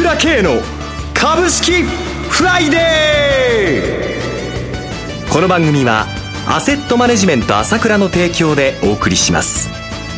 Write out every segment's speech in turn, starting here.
倉慶の株式フライデー。この番組はアセットマネジメント朝倉の提供でお送りします。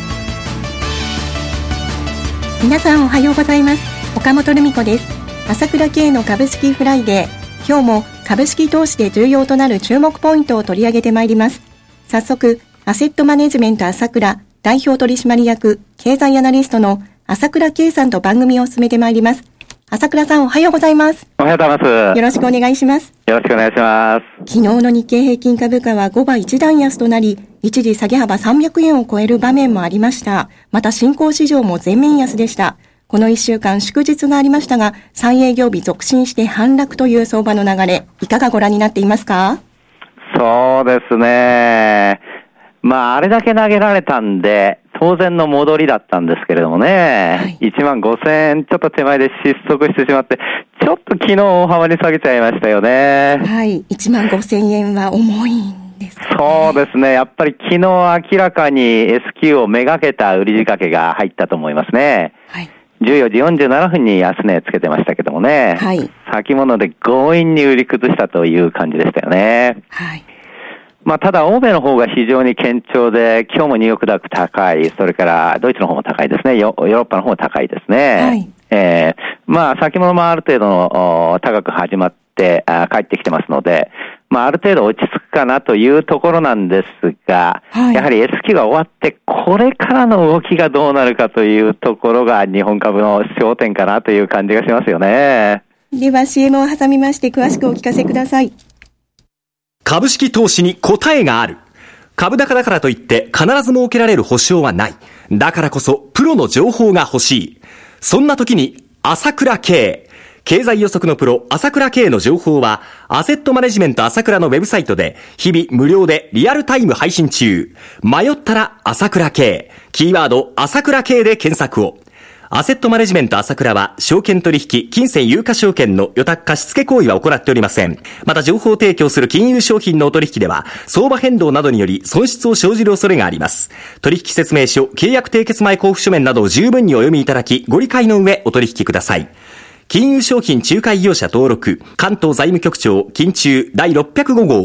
皆さんおはようございます。岡本留美子です。朝倉慶の株式フライデー、今日も株式投資で重要となる注目ポイントを取り上げてまいります。早速、アセットマネジメント朝倉代表取締役経済アナリストの朝倉慶さんと番組を進めてまいります。朝倉さん、おはようございます。 おはようございます。 よろしくお願いします。 よろしくお願いします。 昨日の日経平均株価は5倍一段安となり、一時下げ幅300円を超える場面もありました。また新興市場も全面安でした。この1週間祝日がありましたが、3営業日続伸して反落という相場の流れ、いかがご覧になっていますか？ そうですね。あれだけ投げられたんで、当然の戻りだったんですけれどもね、はい、15,000円ちょっと手前で失速してしまって、ちょっと昨日大幅に下げちゃいましたよね。 はい、15,000円は重いんですかね。 そうですね。やっぱり昨日明らかに S q をめがけた売り仕掛けが入ったと思いますね。はい。14時47分に安値つけてましたけどもね。はい。先物で強引に売り崩したという感じでしたよね。はい。ただ、欧米の方が非常に堅調で、今日もニューヨークダック高い、それからドイツの方も高いですね。ヨーロッパの方も高いですね。はい。先物もある程度の高く始まって帰ってきてますので、ある程度落ち着くかなというところなんですが、はい、やはり S q が終わって、これからの動きがどうなるかというところが日本株の焦点かなという感じがしますよね。 では CM を挟みまして詳しくお聞かせください。 株式投資に答えがある。株高だからといって必ず設けられる保証はない。だからこそプロの情報が欲しい。そんな時に朝倉慶。経済予測のプロ朝倉慶の情報はアセットマネジメント朝倉のウェブサイトで日々無料でリアルタイム配信中。迷ったら朝倉慶。キーワード朝倉慶で検索を。アセットマネジメント朝倉は証券取引、金銭有価証券の予託貸付行為は行っておりません。また情報提供する金融商品のお取引では相場変動などにより損失を生じる恐れがあります。取引説明書、契約締結前交付書面などを十分にお読みいただき、ご理解の上お取引ください。金融商品仲介業者登録、関東財務局長、金中第605号。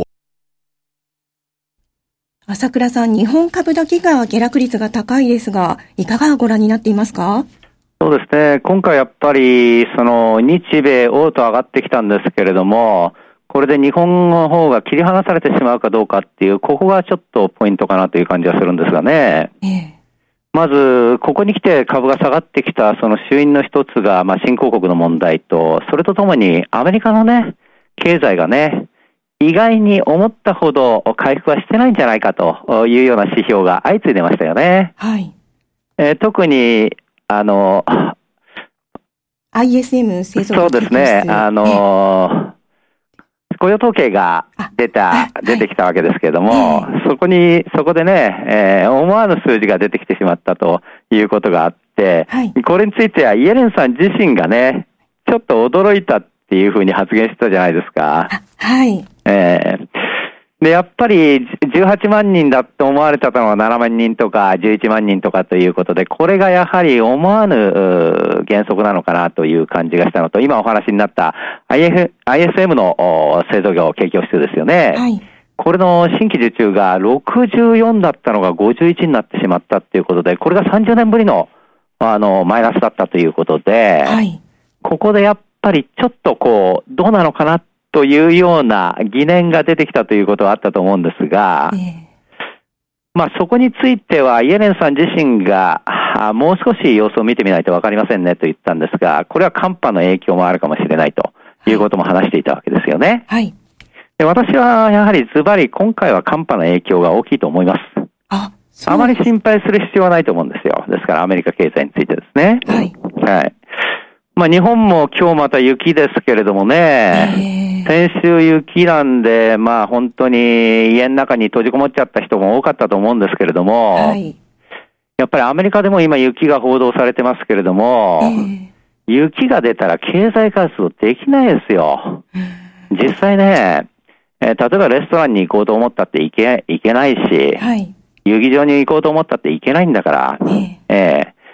朝倉さん、日本株だけが下落率が高いですが、いかがご覧になっていますか？ そうですね。今回やっぱり、日米欧と上がってきたんですけれども、これで日本の方が切り離されてしまうかどうかっていう、ここがちょっとポイントかなという感じがするんですがね。まず、ここに来て株が下がってきた、その主因の一つが、新興国の問題と、それとともにアメリカのね、経済がね、意外に思ったほど回復はしてないんじゃないかというような指標が相次いでましたよね。はい。特に、 ISM 製造そうですね。雇用統計が出てきたわけですけれども、そこでね、思わぬ数字が出てきてしまったということがあって、これについてはイエレンさん自身がね、ちょっと驚いたっていうふうに発言してたじゃないですか。はい。で、やっぱり18万人だと思われたのは7万人とか11万人とかということで、これがやはり思わぬ減速なのかなという感じがしたのと、今お話になった ISM の製造業景況指数ですよね。はい。これの新規受注が64だったのが51になってしまったということで、これが30年ぶりのマイナスだったということで、はい。ここでやっぱりちょっとどうなのかなというような疑念が出てきたということはあったと思うんですが、そこについてはイエレンさん自身がもう少し様子を見てみないとわかりませんねと言ったんですが、これは寒波の影響もあるかもしれないということも話していたわけですよね。はい。で、私はやはりズバリ今回は寒波の影響が大きいと思います。あまり心配する必要はないと思うんですよ。ですからアメリカ経済についてですね。はい。はい。日本も今日また雪ですけれどもね、先週雪なんで、本当に家の中に閉じこもっちゃった人も多かったと思うんですけれども、はい、やっぱりアメリカでも今雪が報道されてますけれども、雪が出たら経済活動できないですよ。実際ね、例えばレストランに行こうと思ったって行けないし、はい、遊技場に行こうと思ったって行けないんだから、で、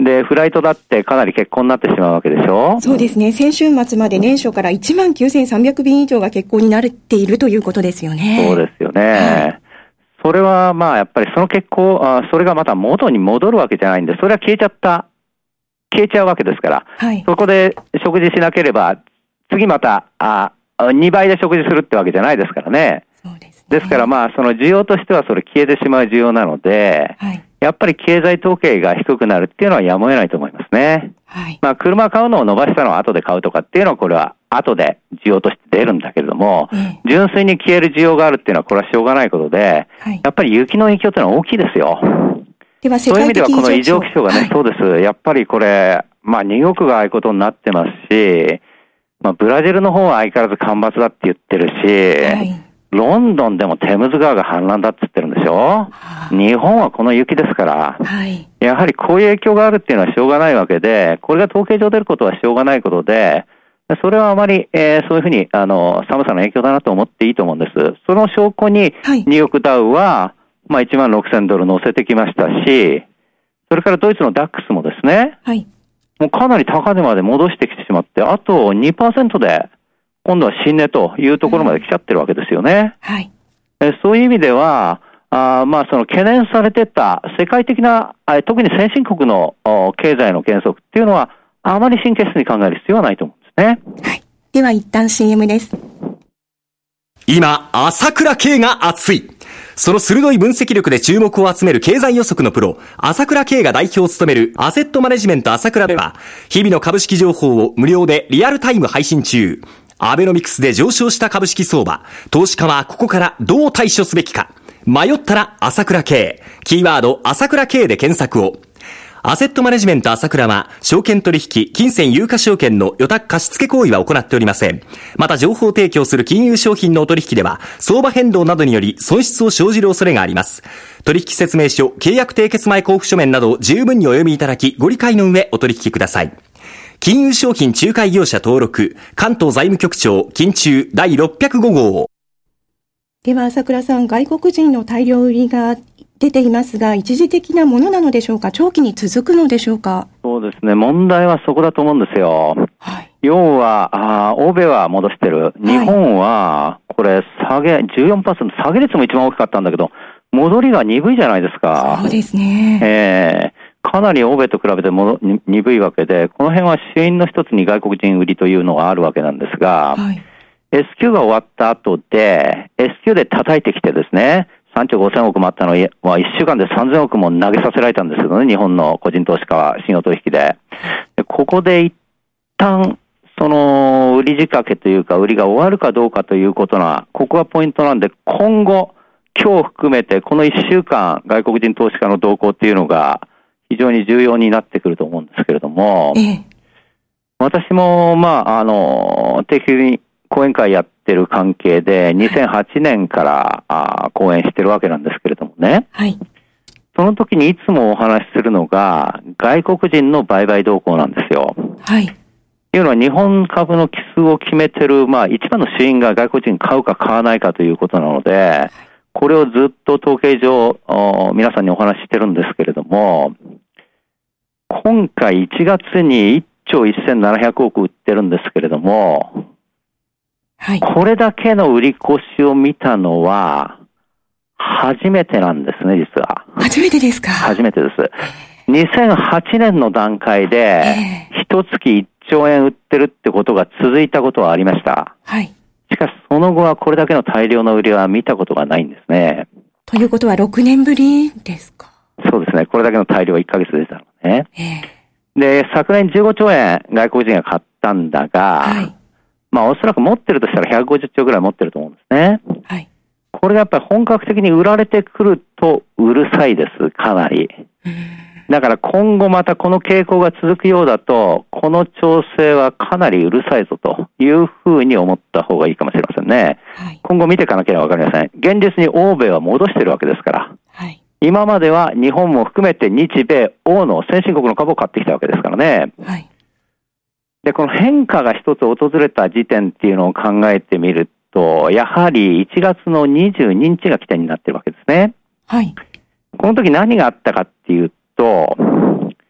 で、フライトだってかなり欠航になってしまうわけでしょ。 そうですね。先週末まで年初から19,300便以上が欠航になっているということですよね。 そうですよね。はい、それはまあやっぱりその欠航、それがまた元に戻るわけじゃないんで、それは消えちゃうわけですから、はい、そこで食事しなければ、次また、2倍で食事するってわけじゃないですからね。 そうですね。 ですからまあその需要としてはそれ消えてしまう需要なので、はい、やっぱり経済統計が低くなるっていうのはやむを得ないと思いますね。はい、まあ車買うのを伸ばしたのを後で買うとかっていうのはこれは後で需要として出るんだけれども、純粋に消える需要があるっていうのはこれはしょうがないことで、はい、やっぱり雪の影響っていうのは大きいですよ。 では世界的そういう意味ではこの異常気象がね、はい、そうです。やっぱりこれ、まあ2億がああいうことになってますし、まあブラジルの方は相変わらず干ばつだって言ってるし、はい、ロンドンでもテムズ川が氾濫だって言ってるんでしょ。日本はこの雪ですから、はい、やはりこういう影響があるっていうのはしょうがないわけで、これが統計上出ることはしょうがないことで、それはあまり、そういうふうに、寒さの影響だなと思っていいと思うんです。その証拠に、ニューヨークダウは、まあ$16,000乗せてきましたし、それからドイツのダックスもですね、はい、もうかなり高値まで戻してきてしまって、あと 2% で、今度は新値というところまで来ちゃってるわけですよね。はい。そういう意味では、まあその懸念されてた世界的な、特に先進国の経済の減速っていうのは、あまり神経質に考える必要はないと思うんですね。 はい。では一旦 CM です。 今、朝倉慶が熱い。その鋭い分析力で注目を集める経済予測のプロ、朝倉慶が代表を務めるアセットマネジメント朝倉では、日々の株式情報を無料でリアルタイム配信中。アベノミクスで上昇した株式相場。投資家はここからどう対処すべきか。迷ったら朝倉慶。キーワード朝倉慶で検索を。アセットマネジメント朝倉は、証券取引、金銭有価証券の予託貸付行為は行っておりません。また情報提供する金融商品のお取引では、相場変動などにより損失を生じる恐れがあります。取引説明書、契約締結前交付書面などを十分にお読みいただき、ご理解の上お取引ください。金融商品仲介業者登録、関東財務局長、金中第605号。 では朝倉さん、外国人の大量売りが出ていますが、一時的なものなのでしょうか、長期に続くのでしょうか。 そうですね、問題はそこだと思うんですよ。はい、要は、欧米は戻してる。日本は、これ、14%、下げ率も一番大きかったんだけど、戻りが鈍いじゃないですか。 そうですね。 かなり欧米と比べて鈍いわけで、この辺は主因の一つに外国人売りというのがあるわけなんですが、はい、S q が終わった後で、S q で叩いてきてですね、3兆5000億もあったのは、1週間で3000億も投げさせられたんですけどね、日本の個人投資家は信用取引で。ここで一旦、その、売り仕掛けというか、売りが終わるかどうかということな、ここがポイントなんで、今後、今日含めて、この1週間、外国人投資家の動向っていうのが、非常に重要になってくると思うんですけれども、私も、定期的に講演会やってる関係で、2008年から講演してるわけなんですけれどもね、はい、その時にいつもお話しするのが、外国人の売買動向なんですよ。はい。っていうのは日本株の奇数を決めてる、一番の主因が外国人買うか買わないかということなので、これをずっと統計上、皆さんにお話ししてるんですけれども、今回1月に1兆1700億売ってるんですけれども、はい、これだけの売り越しを見たのは、初めてなんですね、実は。 初めてですか？ 初めてです。2008年の段階で、一月1兆円売ってるってことが続いたことはありました。はい。しかし、その後はこれだけの大量の売りは見たことがないんですね。 ということは6年ぶりですか？ そうですね。これだけの大量は1ヶ月でしたのね。で、昨年15兆円外国人が買ったんだが、はい、おそらく持ってるとしたら150兆ぐらい持ってると思うんですね。はい。これがやっぱり本格的に売られてくるとうるさいです、かなり。だから今後またこの傾向が続くようだと、この調整はかなりうるさいぞというふうに思った方がいいかもしれませんね。はい、今後見ていかなければわかりません。現実に欧米は戻してるわけですから。はい、今までは日本も含めて日米欧の先進国の株を買ってきたわけですからね。はい、で、この変化が一つ訪れた時点っていうのを考えてみると、やはり1月の22日が起点になってるわけですね。はい。この時何があったかっていうと、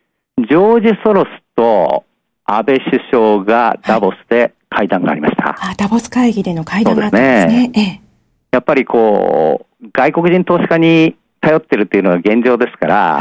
ョージ・ソロスと安倍首相がダボスで会談がありました。 ダボス会議での会談があったんですね。 やっぱり外国人投資家に頼ってるっていうのが現状ですから、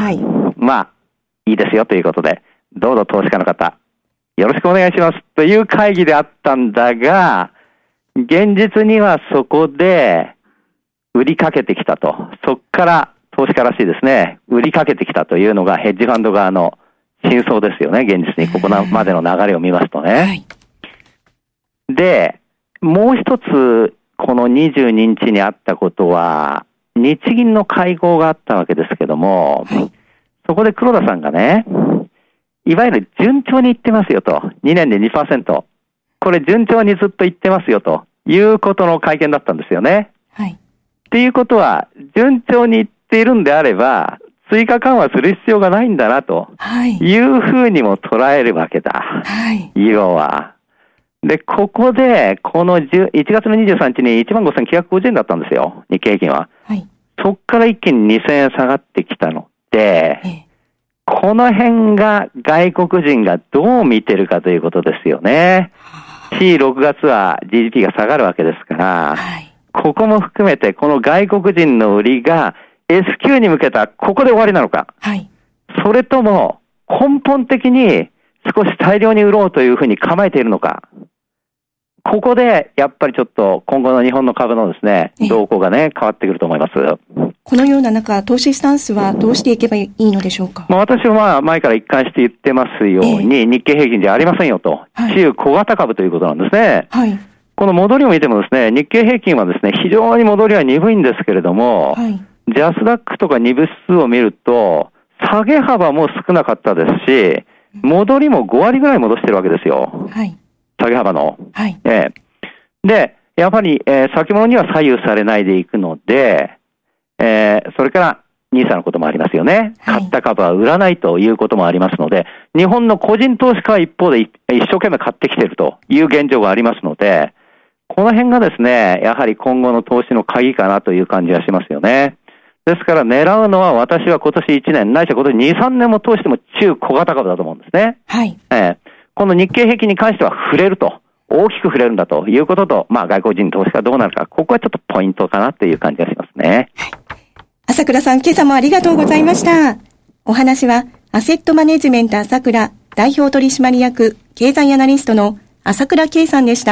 いいですよということで、どうぞ投資家の方、よろしくお願いしますという会議であったんだが、現実にはそこで売りかけてきたと。そこから投資家らしいですね。売りかけてきたというのがヘッジファンド側の真相ですよね。現実にここまでの流れを見ますとね。で、もう一つ、この22日にあったことは、日銀の会合があったわけですけども、そこで黒田さんがね、いわゆる順調にいってますよと。2年で 2%。これ順調にずっといってますよということの会見だったんですよね。っていうことは、順調にいっているんであれば、追加緩和する必要がないんだなというふうにも捉えるわけだ。要は。で、ここで、この1月の23日に 15,950 円だったんですよ。日経平均は。そっから一気に2000円下がってきたので、この辺が外国人がどう見てるかということですよね。6月は GDP が下がるわけですから、ここも含めてこの外国人の売りが S q に向けたここで終わりなのか、それとも根本的に少し大量に売ろうというふうに構えているのか、ここでやっぱりちょっと今後の日本の株のですね、動向がね、変わってくると思います。 このような中、投資スタンスはどうしていけばいいのでしょうか。 私は前から一貫して言ってますように、日経平均じゃありませんよと、中小型株ということなんですね。この戻りを見てもですね、日経平均はですね、非常に戻りは鈍いんですけれども、ジャスダックとか2部指数を見ると、下げ幅も少なかったですし、戻りも5割ぐらい戻してるわけですよ。下げ幅の。で、やっぱり、先物には左右されないでいくので、それから、NISA のこともありますよね。買った株は売らないということもありますので、日本の個人投資家は一方で一生懸命買ってきているという現状がありますので、この辺がですね、やはり今後の投資の鍵かなという感じがしますよね。ですから狙うのは私は今年1年、ないしは今年2、3年も通しても中小型株だと思うんですね。この日経平均に関しては触れると。大きく触れるんだということと、外国人投資家どうなるか、ここはちょっとポイントかなという感じがしますね。 朝倉さん、今朝もありがとうございました。お話は、アセットマネジメント朝倉代表取締役経済アナリストの朝倉圭さんでした。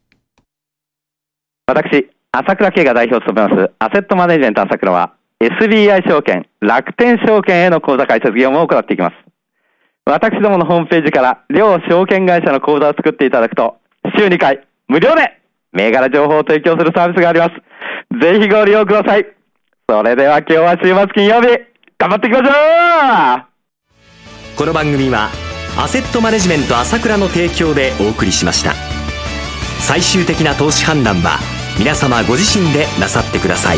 私、朝倉圭が代表を務めますアセットマネジメント朝倉は、SBI 証券、楽天証券への口座開設業務を行っていきます。私どものホームページから両証券会社の口座を作っていただくと、週2回無料で銘柄情報を提供するサービスがあります。ぜひご利用ください。それでは今日は週末金曜日、頑張っていきましょう。この番組はアセットマネジメント朝倉の提供でお送りしました。最終的な投資判断は皆様ご自身でなさってください。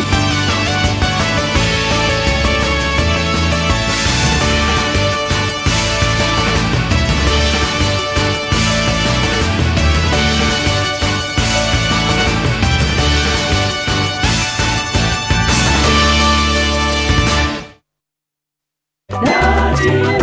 ラジオ